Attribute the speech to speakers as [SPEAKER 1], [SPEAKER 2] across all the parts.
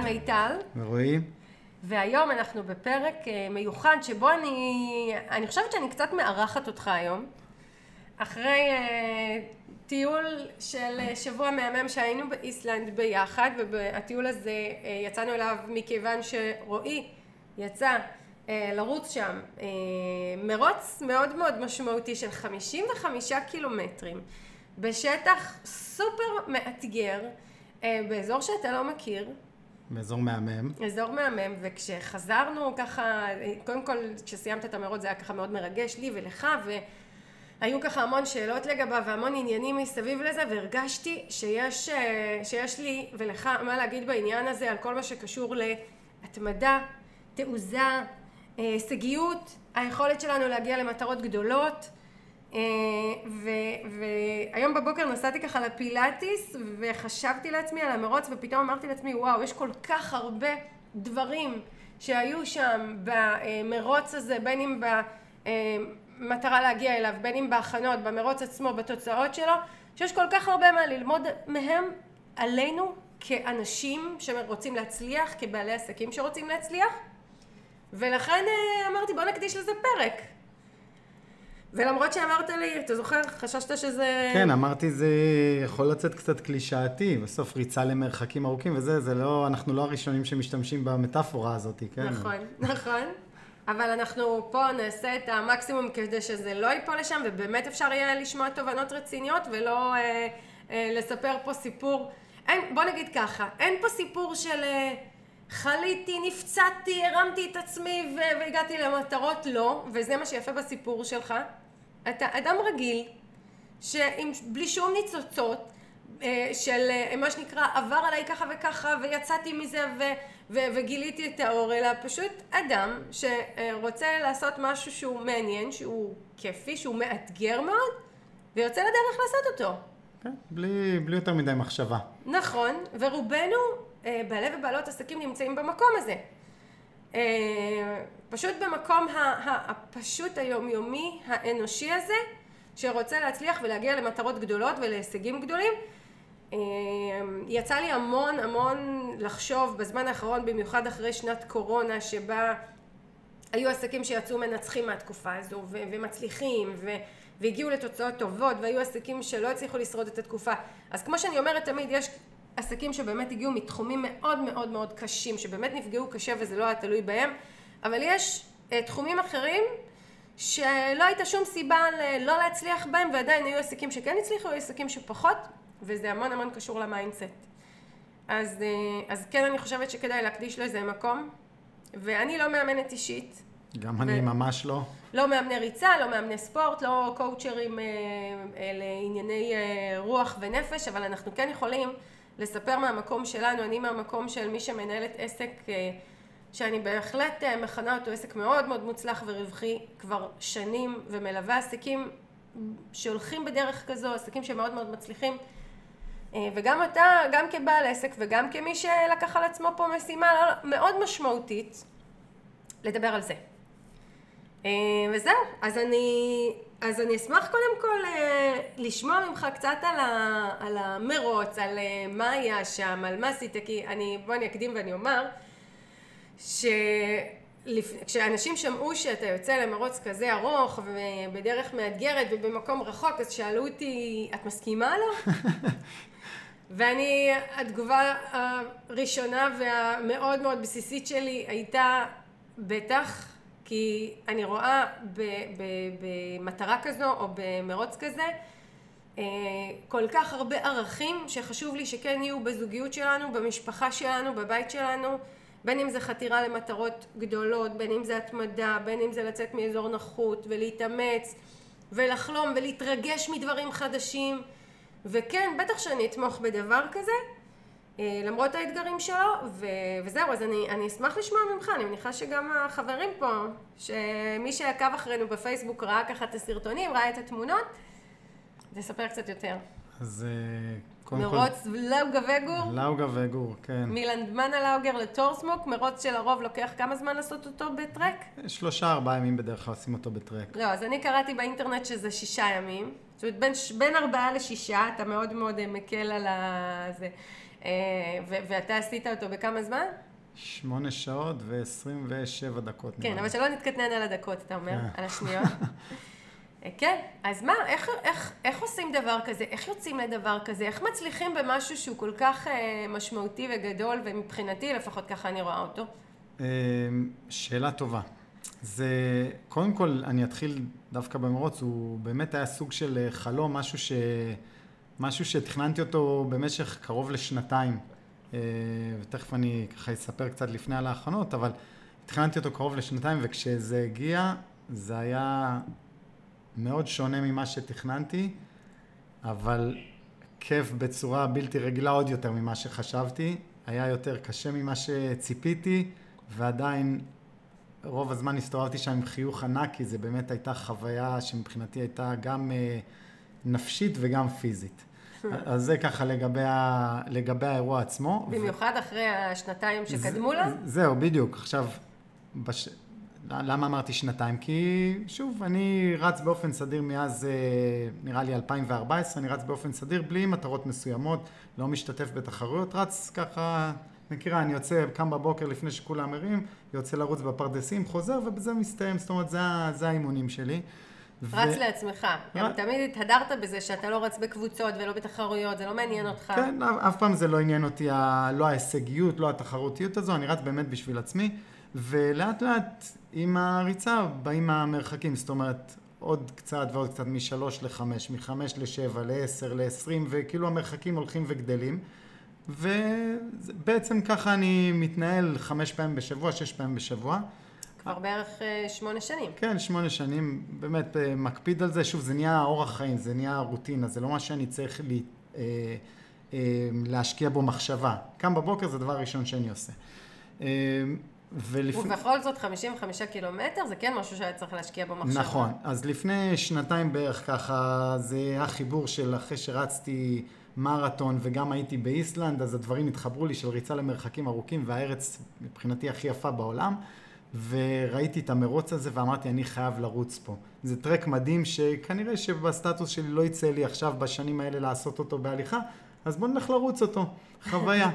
[SPEAKER 1] מיטל.
[SPEAKER 2] ורועי.
[SPEAKER 1] והיום אנחנו בפרק מיוחד שבו אני חושבת שאני קצת מארחת אותך היום. אחרי טיול של שבוע מהמם שהיינו באיסלנד ביחד, והטיול הזה יצאנו אליו מכיוון שרועי יצא לרוץ שם מרוץ מאוד מאוד משמעותי של 55 קילומטרים בשטח סופר מאתגר באזור שאתה לא מכיר.
[SPEAKER 2] באזור מהמם.
[SPEAKER 1] אזור מהמם, וכשחזרנו ככה, קודם כל כשסיימת את המרוץ זה היה ככה מאוד מרגש לי ולך, והיו ככה המון שאלות לגביו והמון עניינים מסביב לזה, והרגשתי שיש לי ולך מה להגיד בעניין הזה על כל מה שקשור להתמדה, תעוזה, הישגיות, היכולת שלנו להגיע למטרות גדולות. והיום בבוקר נסעתי ככה לפילאטיס וחשבתי לעצמי על המרוץ, ופתאום אמרתי לעצמי וואו, יש כל כך הרבה דברים שהיו שם במרוץ הזה, בין אם במטרה להגיע אליו, בין אם בהכנות, במרוץ עצמו, בתוצאות שלו, שיש כל כך הרבה מה ללמוד מהם עלינו כאנשים שרוצים להצליח, כבעלי עסקים שרוצים להצליח, ולכן אמרתי בוא נקדיש לזה פרק. ולמרות שאמרת לי, אתה זוכר, חששת שזה...
[SPEAKER 2] כן, אמרתי זה יכול לצאת קצת קלישאתי, בסוף ריצה למרחקים ארוכים וזה, זה לא, אנחנו לא הראשונים שמשתמשים במטאפורה הזאת, כן?
[SPEAKER 1] נכון, נכון. אבל אנחנו פה נעשה את המקסימום כדי שזה לא ייפול לשם, ובאמת אפשר יהיה לשמוע תובנות רציניות ולא לספר פה סיפור. בוא נגיד ככה, אין פה סיפור של חליתי, נפצעתי, הרמתי את עצמי והגעתי למטרות, לא, וזה מה שיפה בסיפור שלך. אתה אדם רגיל, בלי שום ניצוצות, של מה שנקרא עבר עליי ככה וככה ויצאתי מזה וגיליתי את האור, אלא פשוט אדם שרוצה לעשות משהו שהוא מעניין, שהוא כיפי, שהוא מאתגר מאוד, ויוצא לדרך לעשות אותו.
[SPEAKER 2] כן, בלי יותר מדי מחשבה.
[SPEAKER 1] נכון, ורובנו בעלי ובעלות עסקים נמצאים במקום הזה. פשוט במקום הפשוט היומיומי האנושי הזה, שרוצה להצליח ולהגיע למטרות גדולות ולהישגים גדולים. יצא לי המון לחשוב בזמן האחרון, במיוחד אחרי שנת קורונה, שבה היו עסקים שיצאו מנצחים מהתקופה הזו ומצליחים והגיעו לתוצאות טובות, והיו עסקים שלא הצליחו לשרוד את התקופה. אז כמו שאני אומרת תמיד, יש עסקים שבאמת הגיעו מתחומים מאוד מאוד מאוד קשים, שבאמת נפגעו קשה וזה לא היה תלוי בהם, אבל יש תחומים אחרים שלא הייתה שום סיבה לא להצליח בהם, ועדיין היו עסקים שכן הצליחו, היו עסקים שפחות, וזה המון קשור למיינדסט. אז כן, אני חושבת שכדאי להקדיש לזה מקום, ואני לא מאמנת אישית.
[SPEAKER 2] גם אני ממש לא.
[SPEAKER 1] לא מאמני ריצה, לא מאמני ספורט, לא קואוצ'רים לענייני רוח ונפש, אבל אנחנו כן יכולים לספר מהמקום שלנו. אני מהמקום של מי שמנהלת עסק שאני בהחלט מכנה אותו עסק מאוד מאוד מוצלח ורווחי כבר שנים, ומלווה עסקים שהולכים בדרך כזו, עסקים שמאוד מאוד מצליחים. וגם אתה, גם כבעל עסק וגם כמי שלקח על עצמו פה משימה מאוד משמעותית, לדבר על זה. וזהו, אז אני אשמח קודם כל לשמוע ממך קצת על המרוץ, על מה היה שם, על מה עשית, כי בוא אני אקדים ואני אומר, כשאנשים שמעו שאתה יוצא למרוץ כזה ארוך ובדרך מאתגרת ובמקום רחוק, אז שאלו אותי, את מסכימה לו? התגובה הראשונה והמאוד מאוד בסיסית שלי הייתה בטח, כי אני רואה במטרה כזו או במרוץ כזה כל כך הרבה ערכים שחשוב לי שכן יהיו בזוגיות שלנו, במשפחה שלנו, בבית שלנו, בין אם זה חתירה למטרות גדולות, בין אם זה התמדה, בין אם זה לצאת מאזור נוחות ולהתאמץ ולחלום ולהתרגש מדברים חדשים. וכן, בטח שאני אתמוך בדבר כזה, למרות האתגרים שלו, וזהו, אז אני אשמח לשמוע ממך. אני מניחה שגם החברים פה, שמי שעקב אחרינו בפייסבוק ראה ככה את הסרטונים, ראה את התמונות, תספר קצת יותר.
[SPEAKER 2] אז
[SPEAKER 1] מרוץ לאוגה וגור.
[SPEAKER 2] לאוגה וגור, כן.
[SPEAKER 1] מלנדמנה לאוגר לתורסמוק, מרוץ שלרוב לוקח כמה זמן לעשות אותו בטרק?
[SPEAKER 2] 3-4 ימים בדרך כלל עושים אותו בטרק.
[SPEAKER 1] לא, אז אני קראתי באינטרנט שזה 6 ימים. זאת אומרת, בין 4 ל6, אתה מאוד מאוד מקל על זה. ואתה עשית אותו בכמה זמן?
[SPEAKER 2] 8 שעות ו-27 דקות.
[SPEAKER 1] כן, אבל שלא נתקטנן על הדקות, אתה אומר, על השניות. כן, אז מה, איך עושים דבר כזה? איך יוצאים לדבר כזה? איך מצליחים במשהו שהוא כל כך משמעותי וגדול, ומבחינתי לפחות ככה אני רואה אותו?
[SPEAKER 2] שאלה טובה. זה, קודם כל אני אתחיל דווקא במרוץ, הוא באמת היה סוג של חלום, משהו שתכננתי אותו במשך קרוב לשנתיים. ותכף אני ככה אספר קצת לפני על ההכנות, אבל תכננתי אותו קרוב לשנתיים, וכשזה הגיע, זה היה מאוד שונה ממה שתכננתי, אבל כיף בצורה בלתי רגילה עוד יותר ממה שחשבתי, היה יותר קשה ממה שציפיתי, ועדיין רוב הזמן הסתובבתי שם עם חיוך ענק, כי זה באמת הייתה חוויה שמבחינתי הייתה גם נפשית וגם פיזית. אז זה ככה לגבי האירוע עצמו.
[SPEAKER 1] במיוחד אחרי השנתיים שקדמו לה?
[SPEAKER 2] זהו, בדיוק. עכשיו, למה אמרתי שנתיים? כי שוב, אני רץ באופן סדיר מאז, נראה לי 2014, אני רץ באופן סדיר בלי מטרות מסוימות, לא משתתף בתחרויות, רץ ככה, מכירה, אני יוצא, קם בבוקר לפני שכולם מרים, יוצא לרוץ בפרדסים, חוזר ובזה מסתיים, זאת אומרת, זה האימונים שלי.
[SPEAKER 1] רץ לעצמך, גם תמיד התהדרת בזה שאתה לא רץ בקבוצות ולא בתחרויות, זה לא מעניין אותך.
[SPEAKER 2] כן, אף פעם זה לא עניין אותי, לא ההישגיות, לא התחרותיות הזו, אני רץ באמת בשביל עצמי, ולאט לאט עם הריצה באים המרחקים, זאת אומרת, עוד קצת ועוד קצת מ3 ל5, מ5 ל7, ל10, ל20, וכאילו המרחקים הולכים וגדלים, ובעצם ככה אני מתנהל 5 פעמים בשבוע, 6 פעמים בשבוע.
[SPEAKER 1] כבר בערך 8 שנים.
[SPEAKER 2] כן, 8 שנים, באמת מקפיד על זה, שוב זה נהיה אורח חיים, זה נהיה רוטינה, זה לא מה שאני צריך להשקיע בו מחשבה. קם בבוקר זה דבר ראשון שאני עושה.
[SPEAKER 1] ובכל זאת 55 קילומטר זה כן משהו שהיה צריך להשקיע בו מחשבה.
[SPEAKER 2] נכון, אז לפני שנתיים בערך ככה, זה היה חיבור של אחרי שרצתי מרתון וגם הייתי באיסלנד, אז הדברים התחברו לי של ריצה למרחקים ארוכים, והארץ מבחינתי הכי יפה בעולם. וראיתי את המרוץ הזה ואמרתי אני חייב לרוץ פה. זה טרק מדהים שכנראה שבסטטוס שלי לא יצא לי עכשיו בשנים האלה לעשות אותו בהליכה, אז בוא נלך לרוץ אותו, חוויה.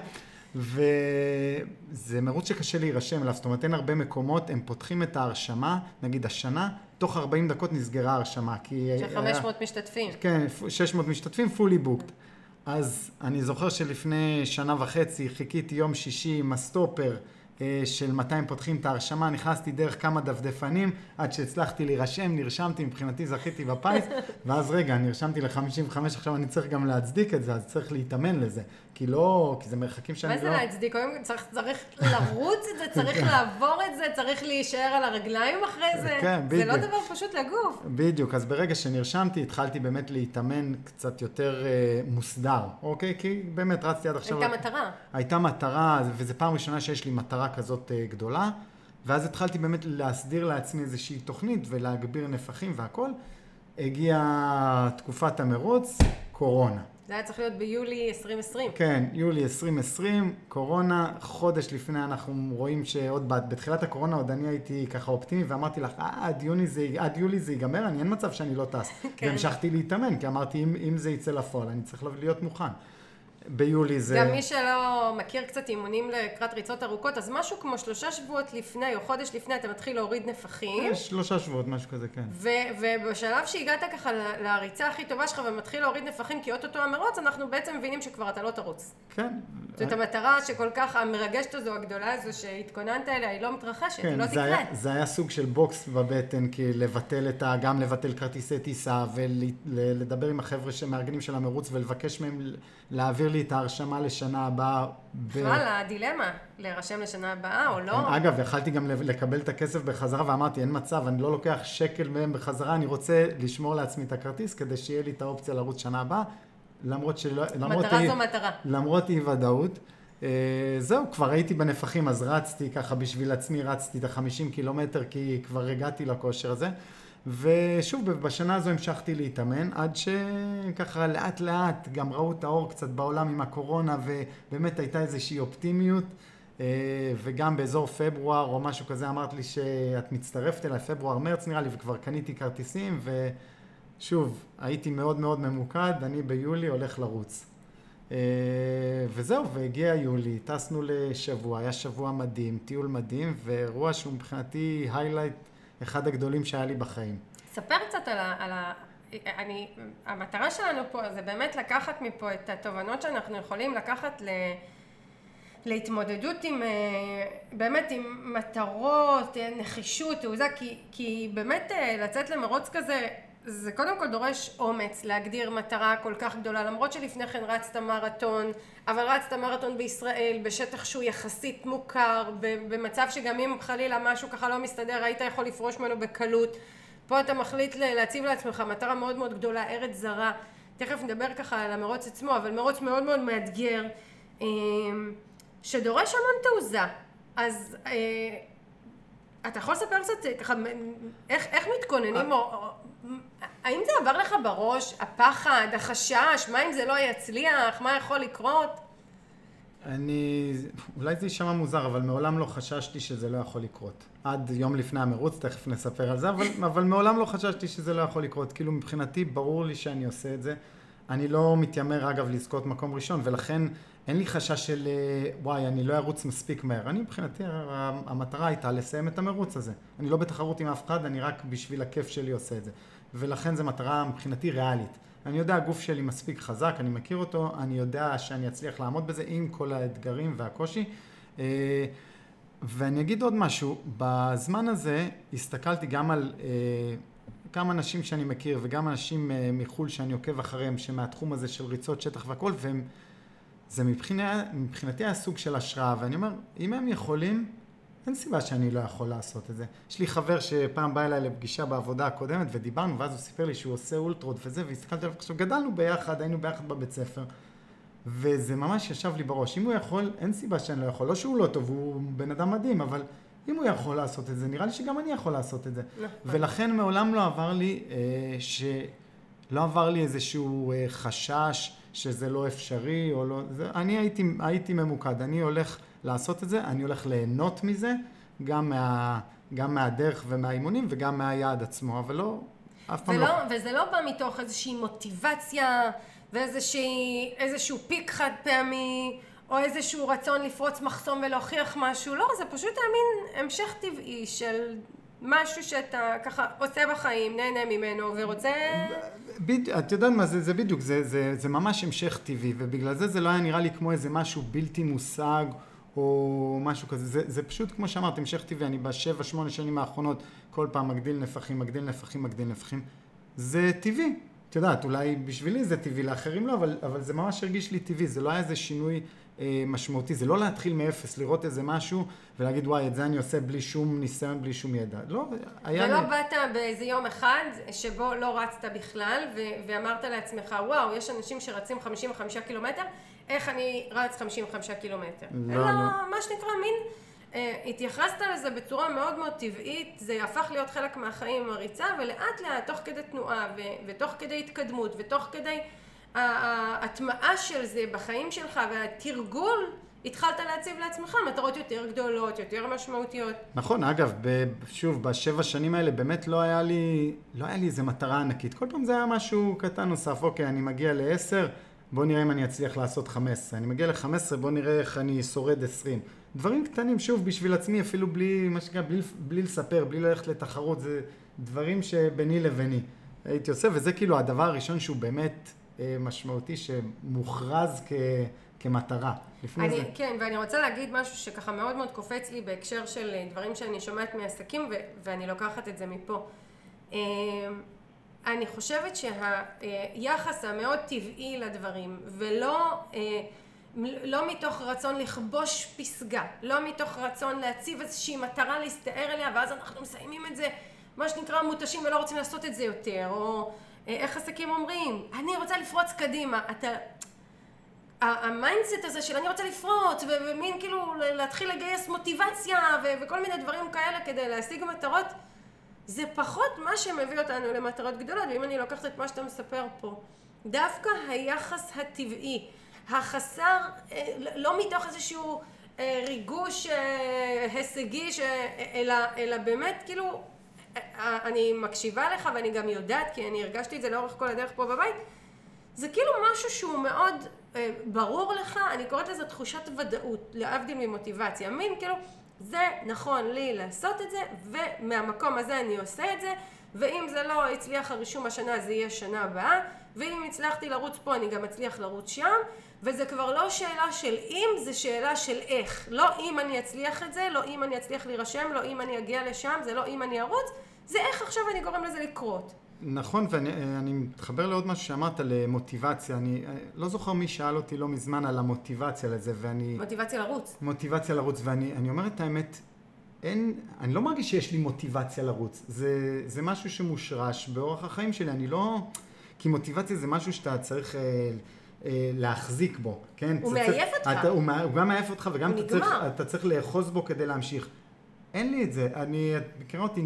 [SPEAKER 2] וזה מרוץ שקשה להירשם אליו, זאת אומרת אין הרבה מקומות, הם פותחים את ההרשמה, נגיד השנה, תוך 40 דקות נסגרה ההרשמה.
[SPEAKER 1] של 500 משתתפים.
[SPEAKER 2] כן, 600 משתתפים, fully booked. אז אני זוכר שלפני שנה וחצי חיכיתי יום שישי עם הסטופר, של 200 פותחים את ההרשמה, נכנסתי דרך כמה דפדפנים, עד שהצלחתי להירשם, נרשמתי, מבחינתי זכיתי בפיס, ואז רגע, נרשמתי ל-55, עכשיו אני צריך גם להצדיק את זה, אז צריך להתאמן לזה, כי זה מרחקים שאני לא...
[SPEAKER 1] מה זה להצדיק? צריך לרוץ את זה, צריך לעבור את זה, צריך להישאר על הרגליים אחרי זה,
[SPEAKER 2] כן, בדיוק.
[SPEAKER 1] זה לא דבר פשוט לגוף.
[SPEAKER 2] בדיוק, אז ברגע שנרשמתי, התחלתי באמת להתאמן קצת יותר מוסדר, אוקיי? כי באמת רצתי עד עכשיו...
[SPEAKER 1] הייתה מטרה.
[SPEAKER 2] הייתה מטרה, וזו פעם ראשונה שיש לי מטרה כזאת גדולה, ואז התחלתי באמת להסדיר לעצמי איזושהי תוכנית ולהגביר נפחים והכל. הגיעה תקופת המרוץ, קורונה.
[SPEAKER 1] זה היה צריך להיות ביולי 2020.
[SPEAKER 2] כן, יולי 2020, קורונה, חודש לפני אנחנו רואים שעוד בתחילת הקורונה עוד אני הייתי ככה אופטימי ואמרתי לך, עד יולי זה ייגמר, אין מצב שאני לא טס. והמשכתי להתאמן, כי אמרתי אם זה יצא לפועל, אני צריך להיות מוכן. ביולי זה...
[SPEAKER 1] גם מי שלא מכיר קצת אימונים לקראת ריצות ארוכות, אז משהו כמו 3 שבועות לפני או חודש לפני אתה מתחיל להוריד נפחים.
[SPEAKER 2] 3 שבועות, משהו כזה, כן.
[SPEAKER 1] ובשלב שהגעת ככה לריצה הכי טובה שלך ומתחיל להוריד נפחים כי אוטוטו המרוץ, אנחנו בעצם מבינים שכבר אתה לא תרוץ.
[SPEAKER 2] כן.
[SPEAKER 1] זאת המטרה שכל כך המרגשת הזו, הגדולה הזו שהתכוננת אליה, היא לא מתרחשת, היא לא תקרה.
[SPEAKER 2] זה היה סוג של בוקס בבטן, כי גם לבטל כרטיסי טיסה ולדבר עם החבר'ה שמארגנים של המרוץ ולבקש מהם להעביר לי את ההרשמה לשנה הבאה.
[SPEAKER 1] וואלה, דילמה, להירשם לשנה הבאה או לא?
[SPEAKER 2] אגב, יכלתי גם לקבל את הכסף בחזרה ואמרתי, אין מצב, אני לא לוקח שקל מהם בחזרה, אני רוצה לשמור לעצמי את הכרטיס כדי שיהיה לי את האופציה לרוץ שנה הבאה,
[SPEAKER 1] מטרה זו מטרה.
[SPEAKER 2] למרות אי ודאות. זהו, כבר הייתי בנפחים, אז רצתי ככה בשביל עצמי, רצתי את ה-50 קילומטר כי כבר הגעתי לכושר הזה. ושוב, בשנה הזו המשכתי להתאמן, עד שככה לאט לאט גם ראו את האור קצת בעולם עם הקורונה, ובאמת הייתה איזושהי אופטימיות, וגם באזור פברואר או משהו כזה אמרת לי שאת מצטרפת אליי, פברואר-מרץ נראה לי, וכבר קניתי כרטיסים, ושוב, הייתי מאוד מאוד ממוקד, אני ביולי הולך לרוץ. וזהו, והגיע יולי, טסנו לשבוע, היה שבוע מדהים, טיול מדהים, ואירוע שהוא מבחינתי היילייט אחד הגדולים שהיה לי בחיים.
[SPEAKER 1] ספר קצת המטרה שלנו פה זה באמת לקחת מפה את התובנות שאנחנו יכולים לקחת להתמודדות עם, באמת עם מטרות, נחישות, תעוזה, כי באמת לצאת למרוץ כזה, זה קודם כל דורש אומץ להגדיר מטרה כל כך גדולה, למרות שלפני כן רצת מרתון, אבל רצת מרתון בישראל, בשטח שהוא יחסית מוכר, במצב שגם אם חלילה משהו ככה לא מסתדר, היית יכול לפרוש ממנו בקלות. פה אתה מחליט להציב לעצמך מטרה מאוד מאוד גדולה, ארץ זרה. תכף נדבר ככה על המרוץ עצמו, אבל מרוץ מאוד מאוד מאתגר, שדורש המון תעוזה. אז אתה יכול לספר קצת ככה, איך מתכוננים, האם זה עבר לך בראש, הפחד, החשש, מה אם זה לא יצליח, מה יכול לקרות?
[SPEAKER 2] אולי זה יישמע מוזר, אבל מעולם לא חששתי שזה לא יכול לקרות. עד יום לפני המרוץ, תכף נספר על זה, אבל מעולם לא חששתי שזה לא יכול לקרות. כאילו מבחינתי ברור לי שאני עושה את זה. אני לא מתיימר אגב לזכות מקום ראשון, ולכן אין לי חשש של וואי, אני לא ארוץ מספיק מהר. אני מבחינתי, המטרה הייתה לסיים את המרוץ הזה. אני לא בתחרות עם אף אחד, אני רק בשביל הכיף שלי עושה את זה. ולכן זו מטרה מבחינתי ריאלית. אני יודע, הגוף שלי מספיק חזק, אני מכיר אותו, אני יודע שאני אצליח לעמוד בזה עם כל האתגרים והקושי. ואני אגיד עוד משהו, בזמן הזה הסתכלתי גם על כמה אנשים שאני מכיר וגם אנשים מחול שאני עוקב אחריהם, שמהתחום הזה של ריצות שטח והכל, וזה מבחינתי היה סוג של השראה, ואני אומר, אם הם יכולים, אין סיבה שאני לא יכול לעשות את זה. יש לי חבר שפעם בא אליי לפגישה בעבודה הקודמת ודיברנו, ואז הוא סיפר לי שהוא עושה אולטרות וזה, והסתכלתי עליו, עכשיו גדלנו ביחד, היינו ביחד בבית ספר, וזה ממש ישב לי בראש. אם הוא יכול, אין סיבה שאני לא יכול. לא שהוא לא טוב, הוא בן אדם מדהים, אבל אם הוא יכול לעשות את זה, נראה לי שגם אני יכול לעשות את זה. ולכן מעולם לא עבר לי איזשהו חשש שזה לא אפשרי, או לא, אני הייתי ממוקד, אני הולך לעשות את זה, אני הולך ליהנות מזה, גם מהדרך ומהאימונים וגם מהיעד עצמו, אבל לא, אף פעם לא.
[SPEAKER 1] וזה לא בא מתוך איזושהי מוטיבציה ואיזשהו פיק חד פעמי, או איזשהו רצון לפרוץ מחסום ולהוכיח משהו, לא, זה פשוט מין המשך טבעי של משהו שאתה ככה עושה בחיים, נהנה ממנו ורוצה...
[SPEAKER 2] את יודעת מה, זה בדיוק, זה ממש המשך טבעי, ובגלל זה לא היה נראה לי כמו איזה משהו בלתי מושג, או משהו כזה, זה פשוט כמו שאמרת, המשך טבעי, אני ב7-8 שנים האחרונות כל פעם מגדיל נפחים, זה טבעי. את יודעת, אולי בשבילי זה טבעי, לאחרים לא, אבל זה ממש הרגיש לי טבעי, זה לא היה איזה שינוי משמעותי, זה לא להתחיל מאפס, לראות איזה משהו ולהגיד וואי, את זה אני עושה בלי שום ניסיון, בלי שום ידע. לא, היה לי...
[SPEAKER 1] ולא באת באיזה יום אחד שבו לא רצת בכלל ואמרת לעצמך, וואו, יש אנשים שרצים 55 קילומטר, איך אני רץ 55 קילומטר? אלא מה שנקרא מין, התייחסת לזה בצורה מאוד מאוד טבעית, זה הפך להיות חלק מהחיים עם הריצה, ולאט לאט, תוך כדי תנועה ותוך כדי התקדמות ותוך כדי ההטמעה של זה בחיים שלך והתרגול, התחלת להציב לעצמך מטרות יותר גדולות, יותר משמעותיות.
[SPEAKER 2] נכון, אגב, שוב, ב7 שנים האלה באמת לא היה לי איזה מטרה ענקית. כל פעם זה היה משהו קטן נוסף, אוקיי, אני מגיע ל10, בוא נראה אם אני אצליח לעשות 15. אני מגיע ל15, בוא נראה איך אני שורד 20. דברים קטנים, שוב, בשביל עצמי, אפילו בלי לספר, בלי ללכת לתחרות, זה דברים שביני לביני הייתי עושה, וזה כאילו הדבר הראשון שהוא באמת משמעותי, שמוכרז כמטרה.
[SPEAKER 1] כן, ואני רוצה להגיד משהו שככה מאוד מאוד קופץ לי בהקשר של דברים שאני שומעת מעסקים, ואני לוקחת את זה מפה. אני חושבת שהיחס המאוד טבעי לדברים, לא מתוך רצון לכבוש פסגה, לא מתוך רצון להציב איזושהי מטרה להסתער אליה, ואז אנחנו מסיימים את זה, מה שנקרא מותשים ולא רוצים לעשות את זה יותר, או איך עסקים אומרים, אני רוצה לפרוץ קדימה, המיינדסט הזה של אני רוצה לפרוץ, ומין כאילו להתחיל לגייס מוטיבציה, וכל מיני דברים כאלה כדי להשיג מטרות, זה פחות מה שמביא אותנו למטרות גדולות, ואם אני לוקחת את מה שאתה מספר פה, דווקא היחס הטבעי, החסר, לא מתוך איזשהו ריגוש הישגי, אלא באמת כאילו, אני מקשיבה לך ואני גם יודעת, כי אני הרגשתי את זה לאורך כל הדרך פה בבית, זה כאילו משהו שהוא מאוד ברור לך, אני קוראת לזה תחושת ודאות, להבדיל ממוטיבציה, מין כאילו, זה נכון לי לעשות את זה, ומהמקום הזה אני עושה את זה, ואם זה לא הצליח הרישום השנה, זה יהיה שנה הבאה, ואם הצלחתי לרוץ פה, אני גם אצליח לרוץ שם, וזה כבר לא שאלה של אם, זה שאלה של איך. לא אם אני אצליח את זה, לא אם אני אצליח להירשם, לא אם אני אגיע לשם, זה לא אם אני ארוץ, זה איך עכשיו אני גורם לזה לקרות.
[SPEAKER 2] נכון, ואני מתחבר לעוד משהו שאמרת על מוטיבציה. אני לא זוכר מי שאל אותי לא מזמן על המוטיבציה לזה, ואני...
[SPEAKER 1] מוטיבציה לרוץ.
[SPEAKER 2] מוטיבציה לרוץ, ואני אומר את האמת, אני לא מרגיש שיש לי מוטיבציה לרוץ. זה משהו שמושרש באורח החיים שלי, אני לא... כי מוטיבציה זה משהו שאתה צריך להחזיק בו, כן?
[SPEAKER 1] הוא מעייף אותך.
[SPEAKER 2] הוא גם מעייף אותך, וגם אתה צריך לאחוז בו כדי להמשיך. אין לי את זה, את מכירה אותי,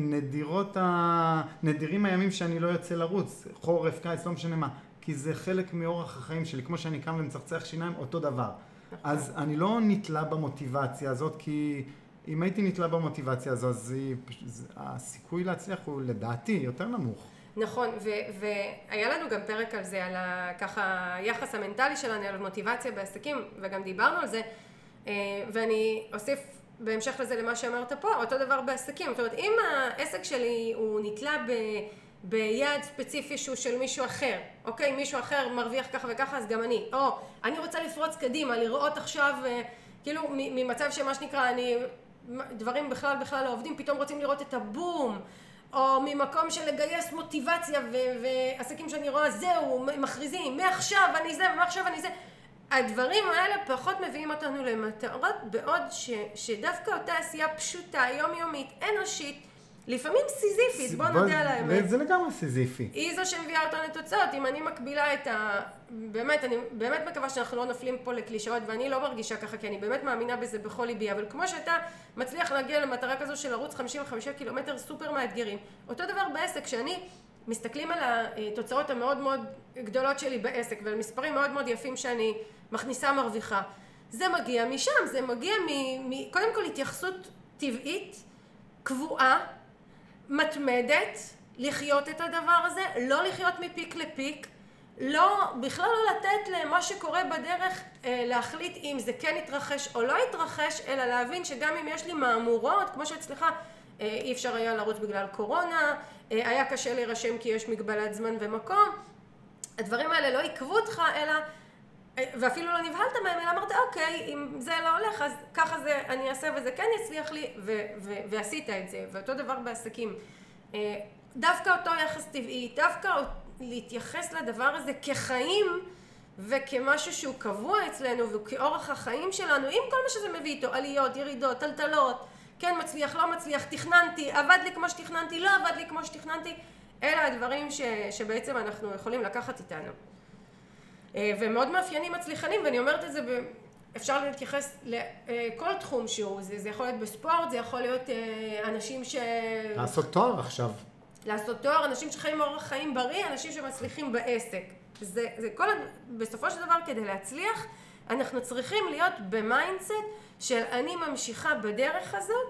[SPEAKER 2] נדירים הימים שאני לא יוצא לרוץ, חורף, קיץ, לא משנה מה, כי זה חלק מאורח החיים שלי, כמו שאני קם ומצחצח שיניים, אותו דבר. אז אני לא נתלה במוטיבציה הזאת, כי אם הייתי נתלה במוטיבציה הזאת, אז הסיכוי להצליח הוא לדעתי יותר נמוך.
[SPEAKER 1] נכון, והיה לנו גם פרק על זה, על ככה היחס המנטלי שלנו, על מוטיבציה בעסקים, וגם דיברנו על זה, ואני אוסיף בהמשך לזה למה שאמרת פה, אותו דבר בעסקים. זאת אומרת, אם העסק שלי הוא נתלה ביעד ספציפי שהוא של מישהו אחר, אוקיי, מישהו אחר מרוויח ככה וככה, אז גם אני. או, אני רוצה לפרוץ קדימה, לראות עכשיו, כאילו, ממצב שמה שנקרא, דברים בכלל לא עובדים, פתאום רוצים לראות את הבום, או ממקום של לגייס מוטיבציה, ועסקים שאני רואה, זהו, מכריזים, מעכשיו אני זה, ומעכשיו אני זה. הדברים האלה פחות מביאים אותנו למטרות, בעוד שדווקא אותה עשייה פשוטה, יומיומית, אנושית, לפעמים סיזיפית, בוא נדע על האמת.
[SPEAKER 2] זה לגמרי סיזיפי.
[SPEAKER 1] היא זו שמביאה אותנו לתוצאות. אם אני מקבילה את באמת, אני באמת מקווה שאנחנו לא נופלים פה לקלישאות, ואני לא מרגישה ככה, כי אני באמת מאמינה בזה בכל ליבי, אבל כמו שאתה מצליח להגיע למטרה כזו של לרוץ 55 קילומטר סופר מאתגרים, אותו דבר בעסק, שאני מסתכלים על התוצאות המאוד מאוד גדולות שלי בעסק, ועל מספרים מאוד מאוד יפים שאני מכניסה מרוויחה. זה מגיע משם, זה מגיע קודם כל התייחסות טבעית, קבועה, מתמדת, לחיות את הדבר הזה, לא לחיות מפיק לפיק, בכלל לא לתת למה שקורה בדרך להחליט אם זה כן יתרחש או לא יתרחש, אלא להבין שגם אם יש לי מאמורות, כמו שאצלך אי אפשר היה לרוץ בגלל קורונה, היה קשה להירשם כי יש מגבלת זמן ומקום, הדברים האלה לא עיכבו אותך, אלא, ואפילו לא נבהלת מהם, אלא אמרת, אוקיי, אם זה לא הולך, אז ככה זה אני אעשה וזה כן יצליח לי, ועשית את זה. ואותו דבר בעסקים. דווקא אותו יחס טבעי, דווקא להתייחס לדבר הזה כחיים, וכמשהו שהוא קבוע אצלנו, וכאורח החיים שלנו, עם כל מה שזה מביא איתו, עליות, ירידות, טלטלות, כן מצליח, לא מצליח, תכננתי, עבד לי כמו שתכננתי, לא עבד לי כמו שתכננתי, אלה הדברים שבעצם אנחנו יכולים לקחת איתנו. ומאוד מאפיינים מצליחנים, ואני אומרת את זה, אפשר להתייחס לכל תחום שהוא, זה יכול להיות בספורט, זה יכול להיות אנשים
[SPEAKER 2] לעשות תואר עכשיו.
[SPEAKER 1] לעשות תואר, אנשים שחיים אורח חיים בריא, אנשים שמצליחים בעסק. זה בסופו של דבר כדי להצליח, אנחנו צריכים להיות במיינדסט של אני ממשיכה בדרך הזאת,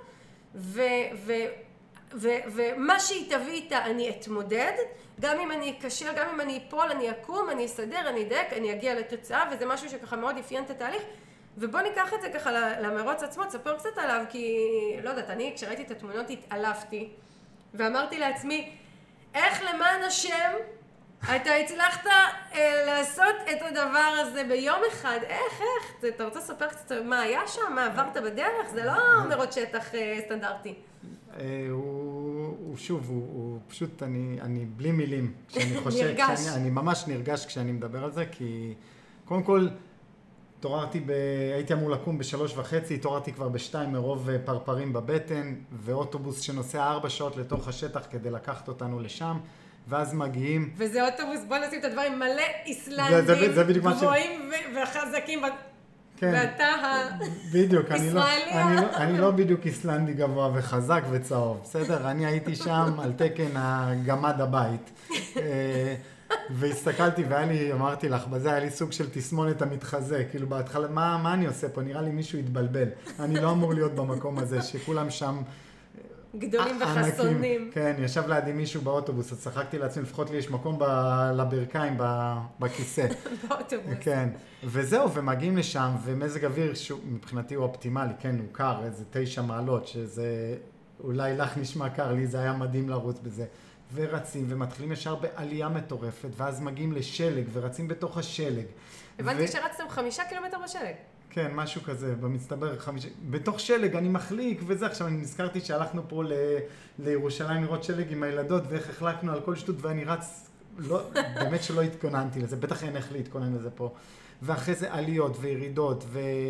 [SPEAKER 1] ומה שהיא תביא איתה אני אתמודד, גם אם אני אקשר, גם אם אני אפול, אני אקום, אני אסדר, אני אדק, אני אגיע לתוצאה, וזה משהו שככה מאוד אפיין את התהליך. ובוא ניקח את זה ככה למרוץ עצמו, תספר קצת עליו, כי לא יודעת, אני כשראיתי את התמונות התעלפתי, ואמרתי לעצמי, איך למען השם אתה הצלחת לעשות את הדבר הזה ביום אחד? איך? אתה רוצה לספר קצת מה היה שם? מה עברת בדרך? זה לא מרוץ שטח סטנדרטי.
[SPEAKER 2] הוא שוב, הוא פשוט, אני בלי מילים.
[SPEAKER 1] נרגש.
[SPEAKER 2] אני ממש נרגש כשאני מדבר על זה, כי קודם כל, הייתי אמור לקום ב3:30, התעוררתי כבר ב2 מרוב פרפרים בבטן, ואוטובוס שנוסע 4 שעות לתוך השטח כדי לקחת אותנו לשם, ואז מגיעים...
[SPEAKER 1] וזה אוטובוס, בוא נשים את הדברים, מלא איסלנדים, גבוהים וחזקים, ואתה
[SPEAKER 2] בדיוק, אני לא בדיוק איסלנדי גבוה וחזק וצהוב, בסדר? אני הייתי שם על תקן הגמד הבית. והסתכלתי אמרתי לך, בזה היה לי סוג של תסמונת המתחזה, כאילו בהתחלה, מה אני עושה פה? נראה לי מישהו התבלבל. אני לא אמור להיות במקום הזה, שכולם שם
[SPEAKER 1] גדולים וחסונים.
[SPEAKER 2] כן, ישב לידי מישהו באוטובוס, אז צחקתי לעצמי, לפחות לי יש מקום לברכיים, בכיסא.
[SPEAKER 1] באוטובוס.
[SPEAKER 2] כן, וזהו, ומגיעים לשם, ומזג אוויר מבחינתי הוא אופטימלי, כן, הוא קר, איזה 9 מעלות, שזה אולי לך נשמע קר, לי זה היה מדהים לרוץ בזה. ורצים, ומתחילים ישר בעלייה מטורפת, ואז מגיעים לשלג, ורצים בתוך השלג.
[SPEAKER 1] הבנתי שרצתם 5 קילומטר בשלג.
[SPEAKER 2] כן, משהו כזה, במצטבר 5... בתוך שלג, אני מחליק וזה. עכשיו, אני נזכרתי שהלכנו פה לירושלים לראות שלג עם הילדות, ואיך החלקנו על כל שטות, ואני רץ... לא, באמת שלא התכוננתי לזה, בטח אין איך להתכונן לזה פה. ואחרי זה עליות וירידות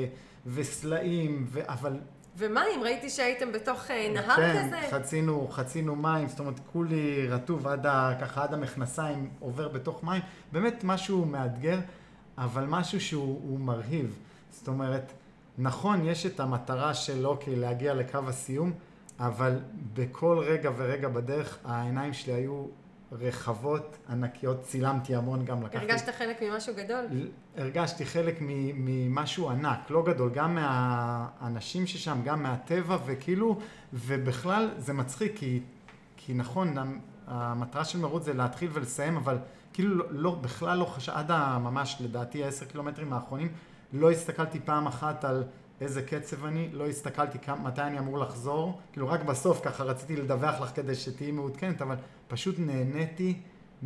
[SPEAKER 2] וסלעים, אבל...
[SPEAKER 1] ומים, ראיתי שהייתם בתוך נהר
[SPEAKER 2] כן,
[SPEAKER 1] כזה.
[SPEAKER 2] כן, חצינו מים, זאת אומרת, כולי רטוב ככה עד המכנסיים עובר בתוך מים. באמת משהו מאתגר, אבל משהו שהוא מרהיב. זאת אומרת, נכון, יש את המטרה של אוקיי, להגיע לקו הסיום, אבל בכל רגע ורגע בדרך, העיניים שלי היו רחבות, ענקיות, צילמתי המון גם לקחתי.
[SPEAKER 1] הרגשת חלק ממשהו גדול?
[SPEAKER 2] הרגשתי חלק ממשהו ענק, לא גדול, גם מהאנשים ששם, גם מהטבע, וכאילו, ובכלל זה מצחיק, כי נכון, המטרה של מרוץ זה להתחיל ולסיים, אבל כאילו לא, בכלל לא חשב, עד ממש לדעתי 10 קילומטרים האחרונים, לא הסתכלתי פעם אחת על איזה קצב אני, לא הסתכלתי מתי אני אמור לחזור, כאילו רק בסוף ככה רציתי לדווח לך כדי שתהיי מעודכנת, אבל פשוט נהניתי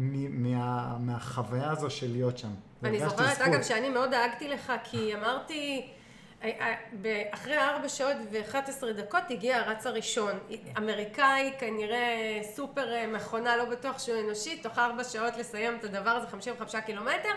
[SPEAKER 2] מהחוויה הזו של להיות שם.
[SPEAKER 1] אני זוכרת, אגב, שאני מאוד דאגתי לך, כי אמרתי, אחרי 4 שעות ו11 דקות הגיע הרץ הראשון. אמריקאי, כנראה סופר מכונה, לא בטוח שהוא אנושי, תוך 4 שעות לסיים את הדבר הזה, 55 קילומטר.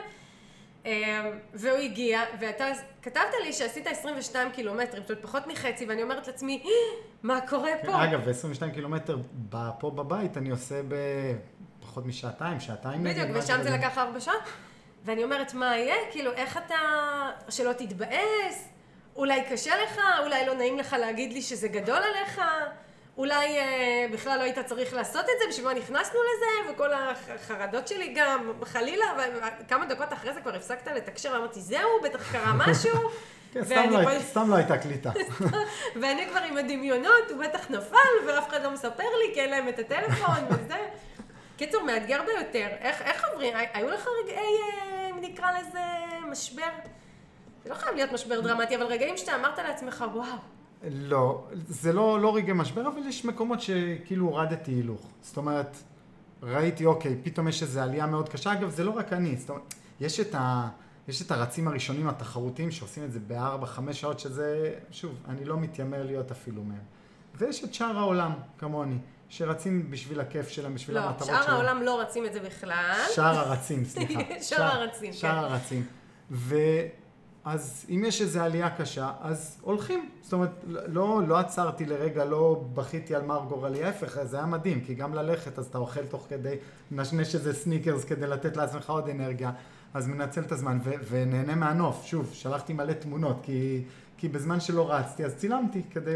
[SPEAKER 1] והוא הגיע, ואתה כתבת לי שעשית 22 קילומטרים, זאת אומרת פחות מחצי, ואני אומרת לעצמי, מה קורה פה?
[SPEAKER 2] אגב, 22 קילומטר פה בבית אני עושה בפחות משעתיים, שעתיים.
[SPEAKER 1] בדיוק, ושם זה לקח 4 שעות, ואני אומרת, מה יהיה? כאילו, איך אתה, שלא תתבאס? אולי קשה לך? אולי לא נעים לך להגיד לי שזה גדול עליך? אולי בכלל לא היית צריך לעשות את זה, בשביל מה נכנסנו לזה, וכל החרדות שלי גם חלילה, וכמה דקות אחרי זה כבר הפסקת לתקשר, ואמרתי, זהו, בטח קרה משהו.
[SPEAKER 2] כן, סתם לא הייתה קליטה.
[SPEAKER 1] ואני כבר עם הדמיונות, הוא בטח נפל, ואף אחד לא מספר לי, כי אין להם את הטלפון וזה. קיצור, מאתגר ביותר. איך עוברים? היו לך רגעי, נקרא לזה, משבר? זה לא חייב להיות משבר דרמטי, אבל רגעים שאתה אמרת לעצמך, וואו.
[SPEAKER 2] לא, זה לא רגע משבר, אבל יש מקומות שכאילו הורדתי הילוך. זאת אומרת, ראיתי, אוקיי, פתאום יש איזו עלייה מאוד קשה. אגב, זה לא רק אני. זאת אומרת, יש את הרצים הראשונים התחרותיים שעושים את זה ב4-5 שעות, שזה, שוב, אני לא מתיימר להיות אפילו מהם. ויש את שאר העולם, כמוני, שרצים בשביל הכיף שלהם, בשביל המטרות שלהם.
[SPEAKER 1] לא, שאר העולם לא רצים את זה בכלל.
[SPEAKER 2] שאר הרצים, סליחה.
[SPEAKER 1] שאר הרצים, כן.
[SPEAKER 2] שאר הרצים. אז אם יש איזו עלייה קשה, אז הולכים. זאת אומרת, לא עצרתי לרגע, לא בכיתי על מר גורלי, ההפך, זה היה מדהים, כי גם ללכת, אז אתה אוכל תוך כדי, נשנש איזה סניקרס כדי לתת לעצמך עוד אנרגיה, אז מנצל את הזמן ונהנה מהנוף. שוב, שלחתי מלא תמונות, כי בזמן שלא רצתי, אז צילמתי כדי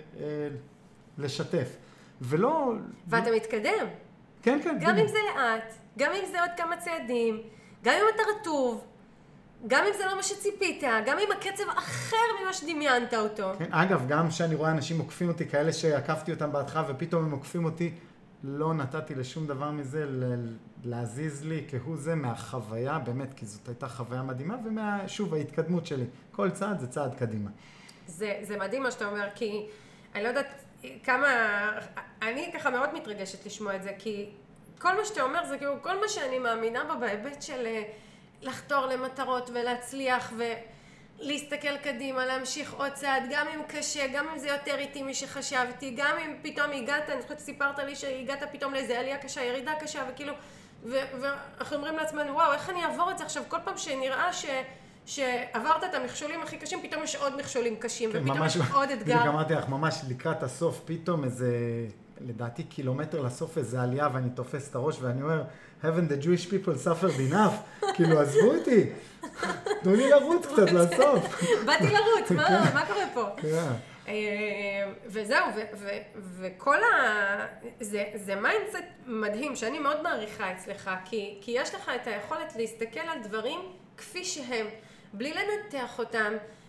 [SPEAKER 2] לשתף.
[SPEAKER 1] ואתה מתקדם.
[SPEAKER 2] כן, כן.
[SPEAKER 1] גם אם זה לאט, גם אם זה עוד כמה צעדים, גם אם אתה רטוב, גם אם זה לא מה שציפית, גם אם הקצב אחר ממה שדמיינת אותו.
[SPEAKER 2] כן, אגב, גם שאני רואה אנשים עוקפים אותי, כאלה שעקפתי אותם בהתחלה ופתאום הם עוקפים אותי, לא נתתי לשום דבר מזה להזיז לי כהוא זה מהחוויה, באמת, כי זאת הייתה חוויה מדהימה, ושוב, ההתקדמות שלי. כל צעד זה צעד קדימה.
[SPEAKER 1] זה מדהים מה שאתה אומר, כי אני לא יודעת כמה, אני ככה מאוד מתרגשת לשמוע את זה, כי כל מה שאתה אומר זה כאילו כל מה שאני מאמינה בה בהיבט של לחתור למטרות ולהצליח ולהסתכל קדימה, להמשיך עוד צעד, גם אם קשה, גם אם זה יותר איטי משחשבתי, גם אם פתאום הגעת, אני חושבת שסיפרת לי שהגעת פתאום לאיזה עלייה קשה, ירידה קשה, וכאילו, ואנחנו אומרים לעצמנו, וואו, איך אני אעבור את זה עכשיו? כל פעם שנראה שעברת את המכשולים הכי קשים, פתאום יש עוד מכשולים קשים,
[SPEAKER 2] כן,
[SPEAKER 1] ופתאום יש עוד אתגר.
[SPEAKER 2] בדיוק אמרתי לך, ממש לקראת הסוף, פתאום איזה, לדעתי קילומטר לסוף איזה עלייה, ואני תופס את הראש ואני אומר, haven't the Jewish people suffered enough? כאילו, עזבו אותי, תנו לי לרוץ קצת לסוף.
[SPEAKER 1] באתי לרוץ, מה קורה פה? וזהו, וכל זה מיינדסט מדהים, שאני מאוד מעריכה אצלך, כי יש לך את היכולת להסתכל על דברים כפי שהם, בלי לנתח אותם,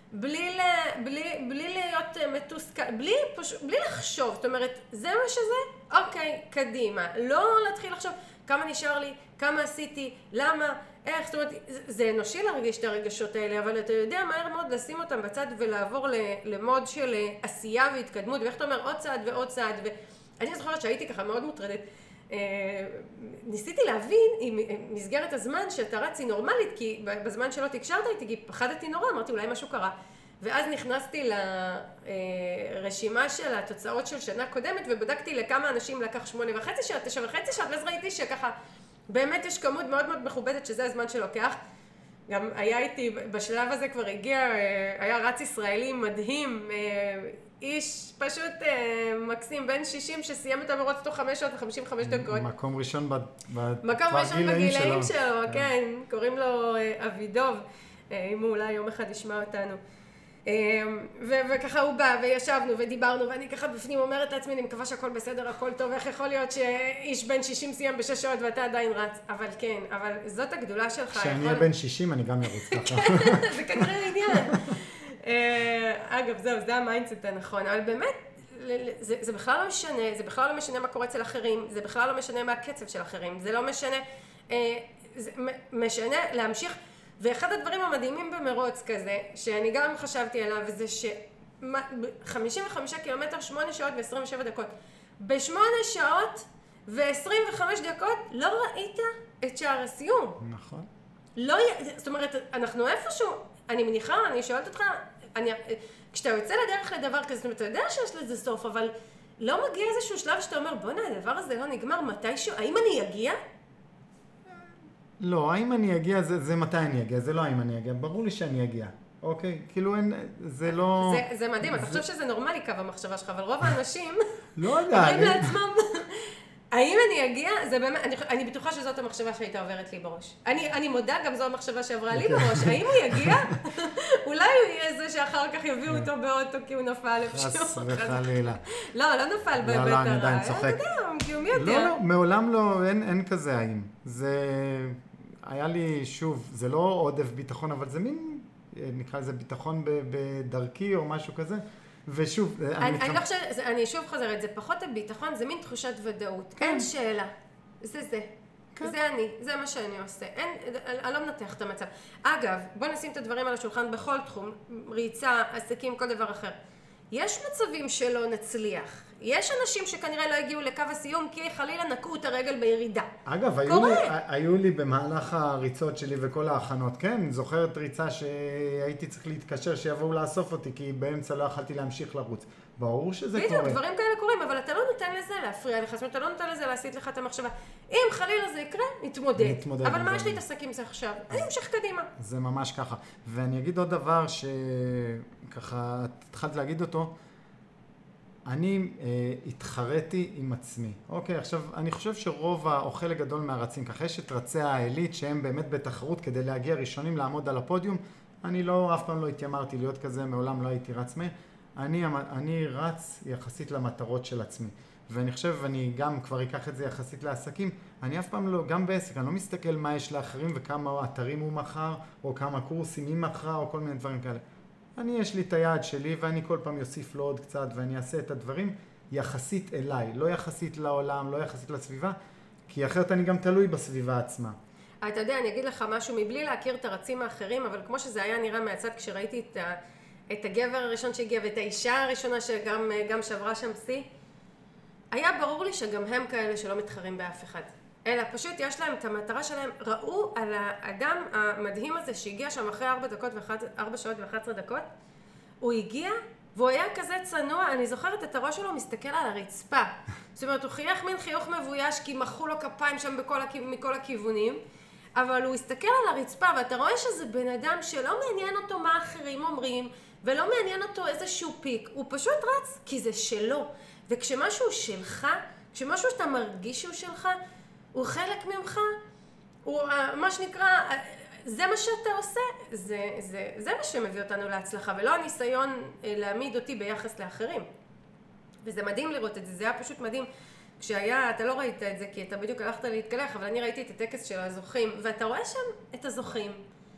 [SPEAKER 1] בלי להיות מתוסכל, בלי לחשוב, זאת אומרת, זה מה שזה, אוקיי, קדימה. לא להתחיל לחשוב כמה נשאר לי, כמה עשיתי, למה, איך, זאת אומרת, זה אנושי להרגיש את הרגשות האלה, אבל אתה יודע מהר מאוד לשים אותם בצד ולעבור למוד של עשייה והתקדמות, ואיך אתה אומר עוד צעד ועוד צעד, ואני זוכרת שהייתי ככה מאוד מוטרדת, ניסיתי להבין עם מסגרת הזמן שאתה רצי נורמלית, כי בזמן שלא תקשרת איתי, כי פחדתי נורא, אמרתי אולי משהו קרה. ואז נכנסתי לרשימה של התוצאות של שנה קודמת, ובדקתי לכמה אנשים לקח 8.5 שעות, 9.5 שעות, ואז ראיתי שככה באמת יש כמות מאוד מאוד מכובדת שזה הזמן שלוקח. גם היה איתי, בשלב הזה כבר היה רץ ישראלי מדהים, איש פשוט מקסים, בן 60 שסיים את המרוץ תוך 5 שעות ו55 דקות.
[SPEAKER 2] מקום ראשון
[SPEAKER 1] בגילאים שלו, כן, קוראים לו אבידוב, אם הוא אולי יום אחד ישמע אותנו. וככה הוא בא וישבנו ודיברנו, ואני ככה בפנים אומרת לעצמי, אני מקווה שהכל בסדר, הכל טוב, איך יכול להיות שאיש בן 60 סיים ב6 שעות ואתה עדיין רץ, אבל כן, אבל זאת הגדולה שלך.
[SPEAKER 2] כשאני אהיה בן 60 אני גם ארוץ ככה.
[SPEAKER 1] זה כנראה עניין. אגב, זה המיינדסט הנכון, אבל באמת, זה בכלל לא משנה, זה בכלל לא משנה מה קורה אצל אחרים, זה בכלל לא משנה מה הקצב של אחרים, זה לא משנה, זה משנה להמשיך, ואחד הדברים המדהימים במרוץ כזה, שאני גם חשבתי עליו, זה ש55 קילומטר, 8 שעות ו27 דקות. ב8 שעות ו25 דקות לא ראית את שער הסיום.
[SPEAKER 2] נכון.
[SPEAKER 1] לא, זאת אומרת, אנחנו איפשהו, אני מניחה, אני שואלת אותך, כשאתה יוצא לדרך לדבר כזה, זאת אומרת, אתה יודע שיש לזה סוף, אבל לא מגיע איזשהו שלב שאתה אומר, בוא נה, הדבר הזה לא נגמר מתישהו, האם אני אגיע?
[SPEAKER 2] לא, האם אני אגיע, זה מתי אני אגיע, זה לא האם אני אגיע, ברור לי שאני אגיע, אוקיי? כאילו אין, זה לא...
[SPEAKER 1] זה מדהים, אתה חושב שזה נורמלי קו המחשבה שלך, אבל רוב האנשים
[SPEAKER 2] לא יודע,
[SPEAKER 1] אומרים לעצמם, האם אני אגיע? זה באמת, אני בטוחה שזאת המחשבה שהייתה עוברת לי בראש. אני מודה, גם זו המחשבה שעברה לי בראש. האם הוא יגיע? אולי הוא יהיה זה שאחר כך יביאו אותו באוטו כי הוא נפל איפשהו.
[SPEAKER 2] חס וחלילה.
[SPEAKER 1] לא נפל בבית הרע.
[SPEAKER 2] לא, אני עדיין צוחק.
[SPEAKER 1] אתה יודע, כי מי יודע.
[SPEAKER 2] לא, מעולם לא, אין כזה האם. זה, היה לי, שוב, זה לא עודף ביטחון, אבל זה מין, נקרא לזה ביטחון בדרכי או משהו כזה. ושוב,
[SPEAKER 1] אני שוב חוזרת, זה פחות הביטחון, זה מין תחושת ודאות. אין שאלה. זה. זה אני, זה מה שאני עושה. אני לא מנתח את המצב. אגב, בוא נשים את הדברים על השולחן בכל תחום, ריצה, עסקים, כל דבר אחר. יש מצבים שלא נצליח. יש אנשים שכנראה לא הגיעו לקו הסיום כי חלילה נקעו את הרגל בירידה.
[SPEAKER 2] אגב, היו לי במהלך הריצות שלי וכל ההכנות, כן, זוכרת ריצה שהייתי צריך להתקשר שיבואו לאסוף אותי כי באמצע לא יכלתי להמשיך לרוץ. ברור שזה קורה.
[SPEAKER 1] בדיוק, דברים כאלה קורים, אבל אתה לא נותן לזה להפריע לך, זאת אומרת, אתה לא נותן לזה להסיט לך את המחשבה. אם חלילה זה יקרה, נתמודד. אבל מה יש לי להתעסק עם זה עכשיו? אני אמשיך קדימה.
[SPEAKER 2] זה ממש ככה. ואני אגיד עוד דבר שככה התחלת להגיד אותו, אני התחרתי עם עצמי. אוקיי, עכשיו אני חושב שרוב או חלק גדול מהרצים, ככה יש את רצי העילית שהם באמת בתחרות כדי להגיע ראשונים לעמוד על הפודיום. אני אף פעם לא התיימרתי להיות כזה, מעולם לא הייתי רץ מהר. אני רץ יחסית למטרות של עצמי. ואני חושב, אני גם כבר אקח את זה יחסית לעסקים, אני אף פעם לא, גם בעסק, אני לא מסתכל מה יש לאחרים וכמה אתרים הוא מחר, או כמה קורסים היא מחר, או כל מיני דברים כאלה. יש לי את היעד שלי ואני כל פעם יוסיף לו עוד קצת ואני אעשה את הדברים יחסית אליי, לא יחסית לעולם, לא יחסית לסביבה, כי אחרת אני גם תלוי בסביבה עצמה.
[SPEAKER 1] אתה יודע, אני אגיד לך משהו מבלי להכיר את הרצים האחרים, אבל כמו שזה היה נראה מהצד כשראיתי את הגבר הראשון שהגיע ואת האישה הראשונה שגם שעברה שם שיא, היה ברור לי שגם הם כאלה שלא מתחרים באף אחד. אלא פשוט יש להם את המטרה שלהם, ראו על האדם המדהים הזה שהגיע שם אחרי 4 שעות ו11 דקות, הוא הגיע והוא היה כזה צנוע, אני זוכרת את הראש שלו מסתכל על הרצפה. זאת אומרת, הוא חייך מין חיוך מבויש כי מחאו לו כפיים שם מכל הכיוונים, אבל הוא הסתכל על הרצפה ואתה רואה שזה בן אדם שלא מעניין אותו מה אחרים אומרים, ולא מעניין אותו איזשהו פיק, הוא פשוט רץ כי זה שלו. וכשמשהו שלך, כשמשהו שאתה מרגיש שהוא שלך, הוא חלק ממך, הוא מה שנקרא, זה מה שאתה עושה, זה מה שמביא אותנו להצלחה, ולא הניסיון להעמיד אותי ביחס לאחרים. וזה מדהים לראות את זה, זה היה פשוט מדהים. כשהיה, אתה לא ראית את זה כי אתה בדיוק הלכת להתקלח, אבל אני ראיתי את הטקס של הזוכים, ואתה רואה שם את הזוכים.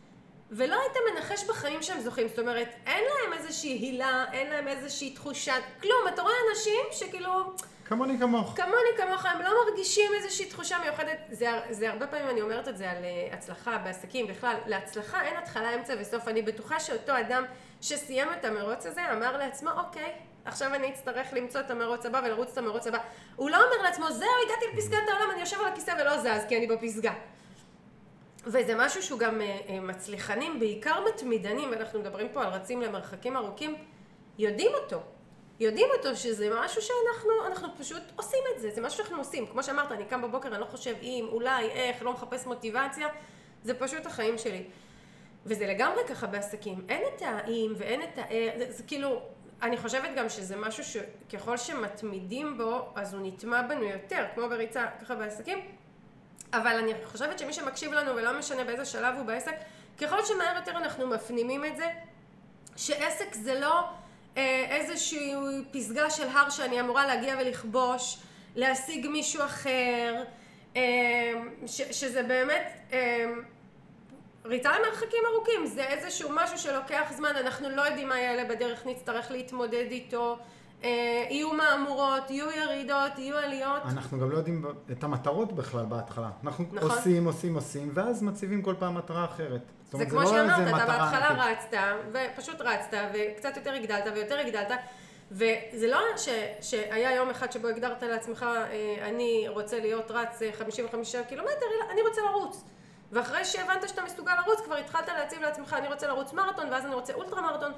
[SPEAKER 1] ולא היית מנחש בחיים שהם זוכים, זאת אומרת, אין להם איזושהי הילה, אין להם איזושהי תחושה, כלום, אתה רואה אנשים שכאילו...
[SPEAKER 2] כמוני כמוך.
[SPEAKER 1] כמוני כמוך, הם לא מרגישים איזושהי תחושה מיוחדת, זה הרבה פעמים אני אומרת את זה על הצלחה בעסקים בכלל, להצלחה אין התחלה, אמצע וסוף, אני בטוחה שאותו אדם שסיים את המרוץ הזה, אמר לעצמו, אוקיי, עכשיו אני אצטרך למצוא את המרוץ הבא ולרוץ את המרוץ הבא. הוא לא אומר לעצמו, זהו, הגעתי לפסגת העולם, אני יושב על הכיסא ולא זז, כי אני בפסגה. וזה משהו שהוא גם מצליחנים, בעיקר מתמידנים, ואנחנו מדברים פה על רצים למרחקים ארוכים, יודעים אותו שזה משהו שאנחנו פשוט עושים את זה, זה משהו שאנחנו עושים. כמו שאמרת, אני קם בבוקר, אני לא חושב אם, אולי, איך, לא מחפש מוטיבציה, זה פשוט החיים שלי. וזה לגמרי ככה בעסקים, אין את האם ואין את זה כאילו, אני חושבת גם שזה משהו שככל שמתמידים בו, אז הוא נטמע בנו יותר, כמו בריצה ככה בעסקים, אבל אני חושבת שמי שמקשיב לנו ולא משנה באיזה שלב הוא בעסק, ככל שמהר יותר אנחנו מפנימים את זה, שעסק זה לא איזושהי פסגה של הר שאני אמורה להגיע ולכבוש, להשיג מישהו אחר, שזה באמת ריצה למרחקים ארוכים, זה איזשהו משהו שלוקח זמן, אנחנו לא יודעים מה יעלה בדרך, נצטרך להתמודד איתו, יהיו מאמורות, יהיו ירידות, יהיו עליות.
[SPEAKER 2] אנחנו גם לא יודעים את המטרות בכלל בהתחלה. אנחנו
[SPEAKER 1] נכון.
[SPEAKER 2] עושים, ואז מציבים כל פעם מטרה אחרת.
[SPEAKER 1] זה כמו שאמרת, אתה בהתחלה רצת, ופשוט רצת, וקצת יותר הגדלת ויותר הגדלת, וזה לא שהיה יום אחד שבו הגדרת לעצמך, אני רוצה להיות רץ 55 קילומטר, אלא אני רוצה לרוץ. ואחרי שהבנת שאתה מסוגל לרוץ, כבר התחלת להציב לעצמך, אני רוצה לרוץ מרתון, ואז אני רוצה אולטרה מרתון,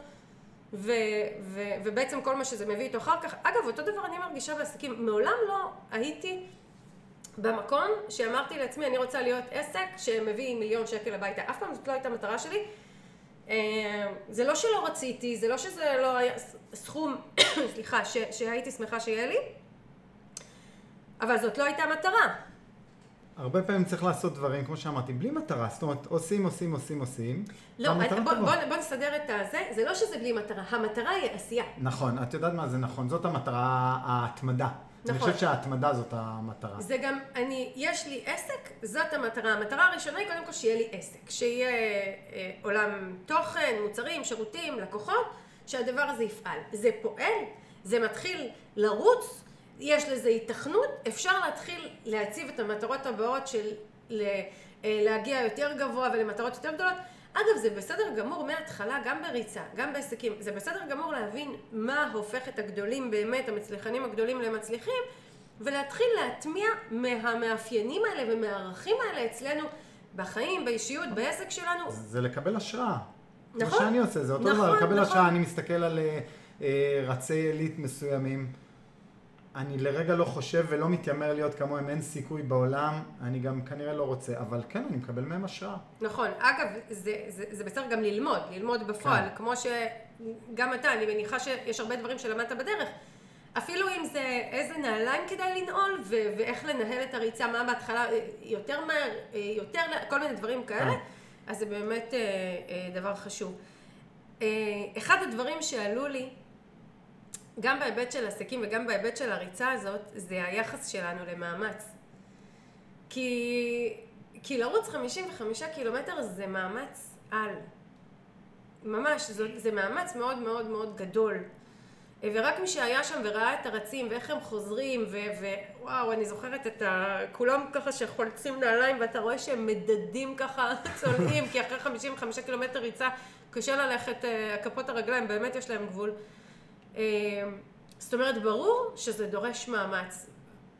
[SPEAKER 1] ובעצם כל מה שזה מביא איתו אחר כך. אגב, אותו דבר אני מרגישה בעסקים, מעולם לא הייתי במקום שאמרתי לעצמי, אני רוצה להיות עסק שמביא 1,000,000 שקל הביתה. אף פעם זאת לא הייתה מטרה שלי. זה לא שלא רציתי, זה לא שזה לא היה סכום, סליחה, שהייתי שמחה שיהיה לי, אבל זאת לא הייתה מטרה.
[SPEAKER 2] הרבה פעמים צריך לעשות דברים, כמו שאמרתי, בלי מטרה. זאת אומרת, עושים.
[SPEAKER 1] לא, בוא נסדר את זה. זה לא שזה בלי מטרה. המטרה היא עשייה.
[SPEAKER 2] נכון, את יודעת מה זה נכון. זאת המטרה, ההתמדה. נכון. אני חושבת שההתמדה זאת המטרה.
[SPEAKER 1] זה גם, יש לי עסק, זאת המטרה. המטרה הראשונה היא קודם כל שיהיה לי עסק. שיהיה עולם תוכן, מוצרים, שירותים, לקוחות, שהדבר הזה יפעל. זה פועל, זה מתחיל לרוץ, יש לזה התכנות, אפשר להתחיל להציב את המטרות הבאות של להגיע יותר גבוה ולמטרות יותר גדולות. אגב, זה בסדר גמור מההתחלה, גם בריצה, גם בעסקים, זה בסדר גמור להבין מה הופך את הגדולים באמת, המצליחנים הגדולים למצליחים, ולהתחיל להטמיע מהמאפיינים האלה ומהערכים האלה אצלנו בחיים, באישיות, בעסק שלנו.
[SPEAKER 2] זה לקבל השראה.
[SPEAKER 1] נכון.
[SPEAKER 2] מה שאני עושה, זה אותו דבר, לקבל השראה, אני מסתכל על רצי עילית מסוימים, אני לרגע לא חושב ולא מתיימר להיות כמוהם, אין סיכוי בעולם, אני גם כנראה לא רוצה, אבל כן, אני מקבל מהם השראה.
[SPEAKER 1] נכון, אגב, זה בסדר גם ללמוד בפועל, כן. כמו שגם אתה, אני מניחה שיש הרבה דברים שלמדת בדרך, אפילו אם זה איזה נעליים כדאי לנעול, ואיך לנהל את הריצה, מה בהתחלה, יותר מהר, כל מיני דברים כאלה, אז זה באמת דבר חשוב. אחד הדברים שעלו לי, גם בהיבט של עסקים וגם בהיבט של הריצה הזאת, זה היחס שלנו למאמץ. כי לרוץ 55 קילומטר זה מאמץ על. ממש, זה מאמץ מאוד מאוד מאוד גדול. ורק מי שהיה שם וראה את הרצים ואיך הם חוזרים, ווואו, אני זוכרת את כולם ככה שחולצים נעליים, ואתה רואה שהם מדדים ככה צולעים, כי אחרי 55 קילומטר ריצה קשה ללכת, כפות הרגליים, באמת יש להם גבול. זאת אומרת, ברור שזה דורש מאמץ,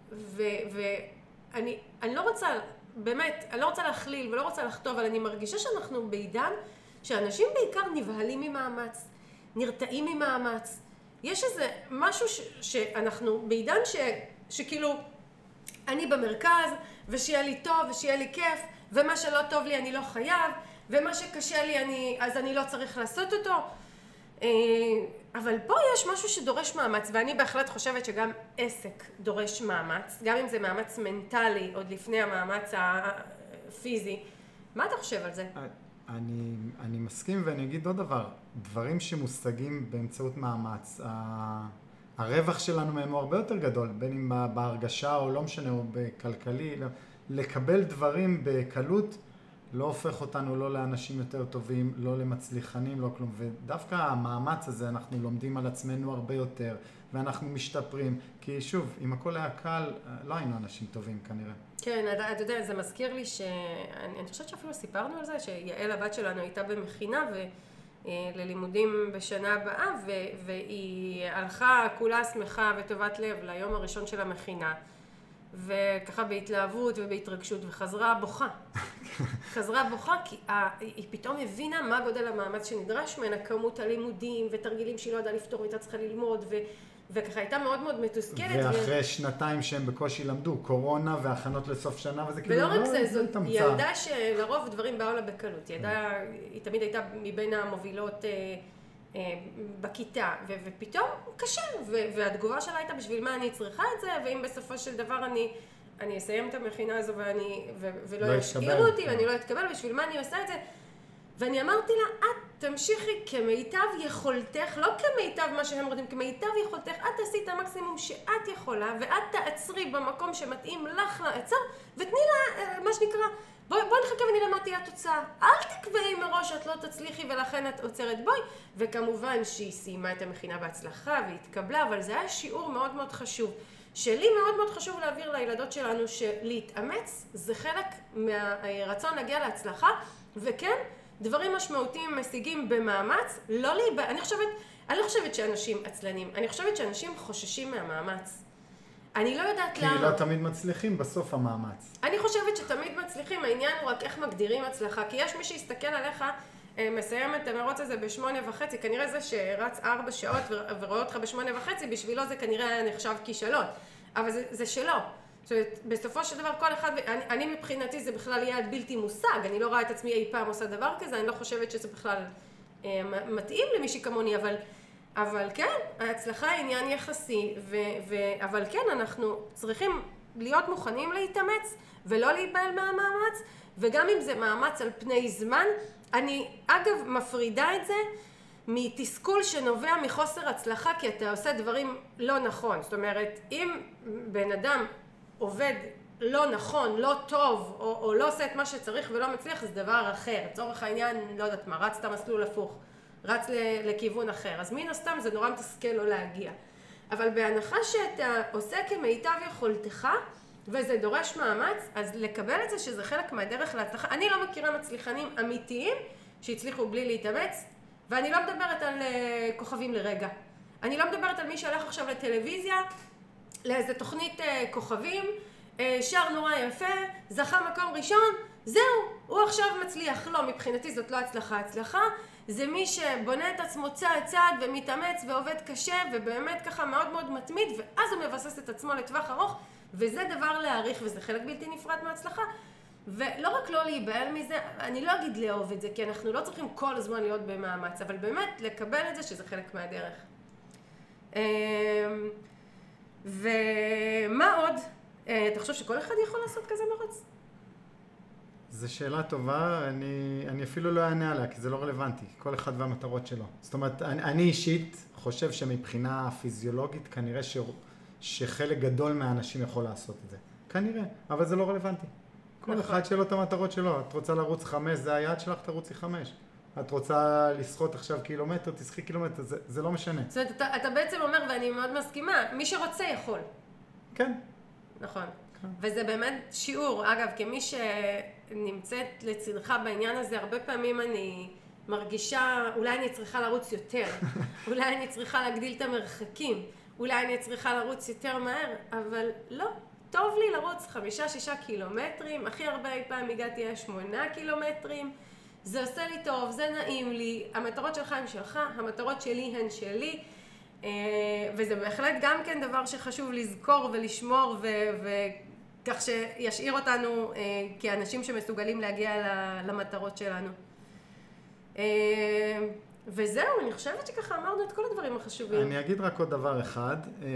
[SPEAKER 1] ואני לא רוצה, באמת, אני לא רוצה להכליל ולא רוצה לכתוב, אבל אני מרגישה שאנחנו בעידן שאנשים בעיקר נבהלים ממאמץ, נרתעים ממאמץ. יש איזה משהו שאנחנו בעידן שכאילו אני במרכז, ושיהיה לי טוב ושיהיה לי כיף, ומה שלא טוב לי אני לא חייב, ומה שקשה לי אז אני לא צריך לעשות אותו. אבל פה יש משהו שדורש מאמץ, ואני בהחלט חושבת שגם עסק דורש מאמץ, גם אם זה מאמץ מנטלי, עוד לפני המאמץ הפיזי. מה אתה חושב על זה?
[SPEAKER 2] אני מסכים, ואני אגיד עוד דבר, דברים שמושגים באמצעות מאמץ, הרווח שלנו מהם הוא הרבה יותר גדול, בין אם בהרגשה או לא משנה, או בכלכלי, לקבל דברים בקלות, לא הופך אותנו לא לאנשים יותר טובים, לא למצליחנים, לא כלום. ודווקא המאמץ הזה אנחנו לומדים על עצמנו הרבה יותר, ואנחנו משתפרים. כי שוב, אם הכל היה קל, לא היינו אנשים טובים כנראה.
[SPEAKER 1] כן, אתה יודע, זה מזכיר לי אני חושבת שאפילו סיפרנו על זה, שיעל הבת שלנו הייתה במכינה ללימודים בשנה הבאה, והיא הלכה כולה שמחה וטובת לב ליום הראשון של המכינה, וככה בהתלהבות ובהתרגשות, וחזרה בוכה. חזרה בוכה כי היא פתאום הבינה מה גודל המאמץ שנדרש ממנה, כמות הלימודים ותרגילים שהיא לא ידעה לפתור, הייתה צריכה ללמוד, וככה הייתה מאוד מאוד מתוסכלת.
[SPEAKER 2] ואחרי שנתיים שהם בקושי למדו, קורונה והכנות לסוף שנה, וזה כאילו
[SPEAKER 1] ולא רק זה, זאת ילדה שלרוב דברים באו לה בקלות. היא תמיד הייתה מבין המובילות בכיתה, ופתאום קשה, והתגובה שלה הייתה בשביל מה אני צריכה את זה, ואם בסופו של דבר אני אסיים את המכינה הזו ולא ישאירו אותי, ואני לא אתקבל, בשביל מה אני עושה את זה? ואני אמרתי לה, את תמשיכי כמיטב יכולתך, לא כמיטב מה שהם רוצים, כמיטב יכולתך, את תעשי את המקסימום שאת יכולה, ואת תעצרי במקום שמתאים לך לעצר, ותני לה, מה שנקרא, בואי נחכה ונראה מה תהיה התוצאה. אל תקבעי מראש שאת לא תצליחי ולכן את עוצרת, בואי. וכמובן שהיא סיימה את המכינה בהצלחה והתקבלה, אבל זה היה שיעור מאוד מאוד חשוב. שלי מאוד מאוד חשוב להעביר לילדות שלנו שלהתאמץ זה חלק מהרצון להגיע להצלחה, וכן, דברים משמעותיים משיגים במאמץ, אני לא חושבת שאנשים עצלנים, אני חושבת שאנשים חוששים מהמאמץ. אני לא יודעת למה.
[SPEAKER 2] כי לא תמיד מצליחים בסוף המאמץ.
[SPEAKER 1] אני חושבת שתמיד מצליחים, העניין הוא רק איך מגדירים הצלחה, כי יש מי שיסתכל עליך, מסיים את המרוץ הזה ב8:30, כנראה זה שרץ 4 שעות ורואה אותך ב8:30, בשבילו זה כנראה נחשב כישלון, אבל זה שלו. זאת אומרת, בסופו של דבר כל אחד, אני מבחינתי זה בכלל יעד בלתי מושג, אני לא רואה את עצמי אי פעם עושה דבר כזה, אני לא חושבת שזה בכלל מתאים למישהי כמוני, אבל כן, ההצלחה היא עניין יחסי, אבל כן, אנחנו צריכים להיות מוכנים להתאמץ ולא להיבהל מהמאמץ, וגם אם זה מאמץ על פני זמן, אני אגב מפרידה את זה מתסכול שנובע מחוסר הצלחה, כי אתה עושה דברים לא נכון. זאת אומרת, אם בן אדם עובד לא נכון, לא טוב, או לא עושה את מה שצריך ולא מצליח, זה דבר אחר. לצורך העניין, לא יודעת מה, רצת מסלול הפוך, רץ לכיוון אחר. אז מן הסתם זה נורא מתסכל לא להגיע. אבל בהנחה שאתה עושה כמיטב יכולתך, וזה דורש מאמץ, אז לקבל את זה שזה חלק מהדרך להצלחה. אני לא מכירה מצליחנים אמיתיים שהצליחו בלי להתאמץ, ואני לא מדברת על כוכבים לרגע. אני לא מדברת על מי שהלך עכשיו לטלוויזיה, לאיזה תוכנית כוכבים, שר נורא יפה, זכה מקום ראשון, זהו, הוא עכשיו מצליח. לא, מבחינתי זאת לא הצלחה. זה מי שבונה את עצמו צעד צעד ומתאמץ ועובד קשה ובאמת ככה מאוד מאוד מתמיד, ואז הוא מבסס את עצמו לטווח ארוך, וזה דבר להעריך וזה חלק בלתי נפרד מההצלחה. ולא רק לא להיבהל מזה, אני לא אגיד לאהוב את זה, כי אנחנו לא צריכים כל הזמן להיות במאמץ, אבל באמת לקבל את זה שזה חלק מהדרך. ומה עוד? אתה חושב שכל אחד יכול לעשות כזה מרוץ?
[SPEAKER 2] זו שאלה טובה, אני אפילו לא אענה עליה, כי זה לא רלוונטי, כל אחד והמטרות שלו. זאת אומרת, אני אישית חושב שמבחינה פיזיולוגית, כנראה שחלק גדול מהאנשים יכול לעשות את זה. כנראה, אבל זה לא רלוונטי. כל אחד שלו את המטרות שלו. את רוצה לרוץ 5, זה היעד שלך, תרוצי 5. את רוצה לשחות עכשיו קילומטר, תשחי קילומטר, זה לא משנה.
[SPEAKER 1] זאת אומרת, אתה בעצם אומר, ואני מאוד מסכימה, מי שרוצה יכול.
[SPEAKER 2] כן.
[SPEAKER 1] נכון. וזה באמת שיעור. אגב, כמי שנמצאת לצדך בעניין הזה, הרבה פעמים אני מרגישה, אולי אני צריכה לרוץ יותר, אולי אני צריכה להגדיל את המרחקים, אולי אני צריכה לרוץ יותר מהר, אבל לא. טוב לי לרוץ 5-6 קילומטרים, הכי הרבה אי פעם הגעתי 8 קילומטרים, זה עושה לי טוב, זה נעים לי, המטרות שלך הן שלך, המטרות שלי הן שלי, וזה בהחלט גם כן דבר שחשוב לזכור ולשמור, וכך שישאיר אותנו כאנשים שמסוגלים להגיע למטרות שלנו. וזהו, אני חושבת שככה אמרנו את כל הדברים החשובים.
[SPEAKER 2] אני אגיד רק עוד דבר אחד,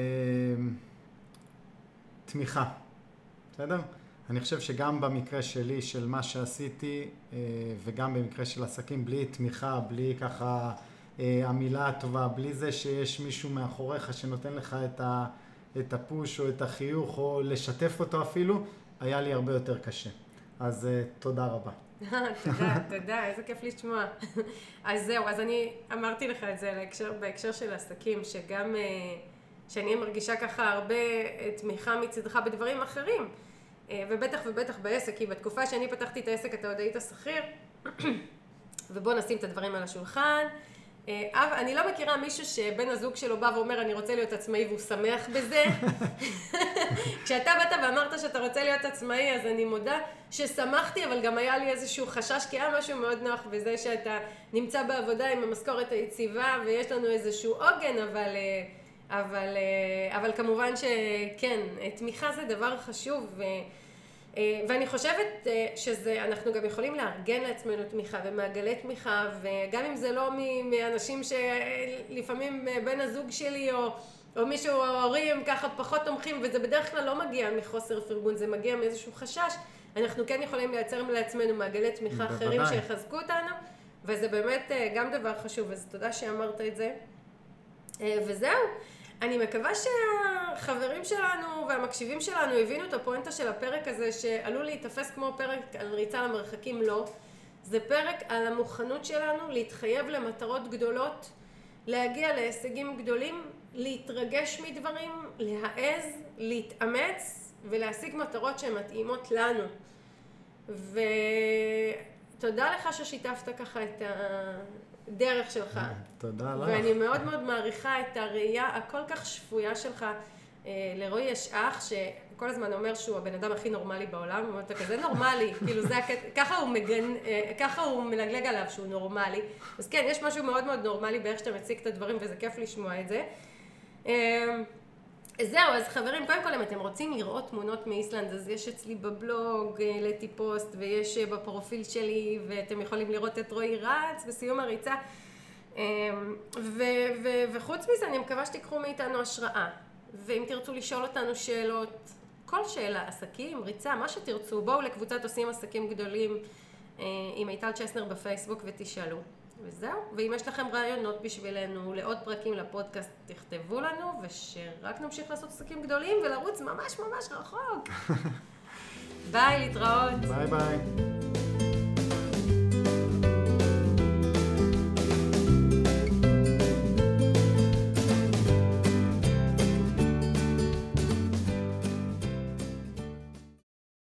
[SPEAKER 2] תמיכה, בסדר? אני חושב שגם במקרה שלי, של מה שעשיתי, וגם במקרה של עסקים, בלי תמיכה, בלי ככה המילה הטובה, בלי זה שיש מישהו מאחוריך שנותן לך את הפוש או את החיוך, או לשתף אותו אפילו, היה לי הרבה יותר קשה. אז תודה רבה.
[SPEAKER 1] תודה, איזה כיף לשמוע. אז זהו, אז אני אמרתי לך את זה בהקשר של עסקים, שגם שאני מרגישה ככה הרבה תמיכה מצדך בדברים אחרים, ובטח בעסק, כי בתקופה שאני פתחתי את העסק אתה עוד היית שכיר, ובוא נשים את הדברים על השולחן. אני לא מכירה מישהו שבן הזוג שלו בא ואומר אני רוצה להיות עצמאי והוא שמח בזה. כשאתה באת ואמרת שאתה רוצה להיות עצמאי, אז אני מודה ששמחתי, אבל גם היה לי איזשהו חשש, כי היה משהו מאוד נוח בזה שאתה נמצא בעבודה עם המשכורת היציבה ויש לנו איזשהו עוגן, אבל כמובן שכן, תמיכה זה דבר חשוב, ואני חושבת אנחנו גם יכולים לארגן לעצמנו תמיכה ומעגלי תמיכה, וגם אם זה לא מאנשים שלפעמים בן הזוג שלי או מישהו, ההורים ככה פחות תומכים, וזה בדרך כלל לא מגיע מחוסר פרגון, זה מגיע מאיזשהו חשש, אנחנו כן יכולים לייצר לעצמנו מעגלי תמיכה אחרים שיחזקו אותנו, וזה באמת גם דבר חשוב, אז תודה שאמרת את זה. וזהו. אני מקווה שהחברים שלנו והמקשיבים שלנו הבינו את הפואנטה של הפרק הזה, שעלול להתאפס כמו פרק על ריצה למרחקים. לא. זה פרק על המוכנות שלנו להתחייב למטרות גדולות, להגיע להישגים גדולים, להתרגש מדברים, להעז, להתאמץ ולהשיג מטרות שהן מתאימות לנו. ותודה לך ששיתפת ככה את הדרך שלך.
[SPEAKER 2] תודה לך.
[SPEAKER 1] ואני מאוד מאוד מעריכה את הראייה הכל כך שפויה שלך. לרועי יש אח שכל הזמן אומר שהוא הבן אדם הכי נורמלי בעולם, הוא אומר, אתה כזה נורמלי, כאילו זה, ככה הוא מלגלג עליו שהוא נורמלי. אז כן, יש משהו מאוד מאוד נורמלי באיך שאתה מציג את הדברים, וזה כיף לשמוע את זה. זהו, אז חברים, קודם כל אם אתם רוצים לראות תמונות מאיסלנד, אז יש אצלי בבלוג העליתי פוסט, ויש בפרופיל שלי, ואתם יכולים לראות את רועי רץ בסיום הריצה. וחוץ מזה אני מקווה שתיקחו מאיתנו השראה, ואם תרצו לשאול אותנו שאלות, כל שאלה, עסקים, ריצה, מה שתרצו, בואו לקבוצת עושים עסקים גדולים עם מיטל צ'סנר בפייסבוק ותשאלו. וזהו, ואם יש לכם רעיונות בשבילנו לעוד פרקים לפודקאסט, תכתבו לנו, ושרק נמשיך לעשות עסקים גדולים ולרוץ ממש ממש רחוק. ביי, להתראות.
[SPEAKER 2] ביי ביי.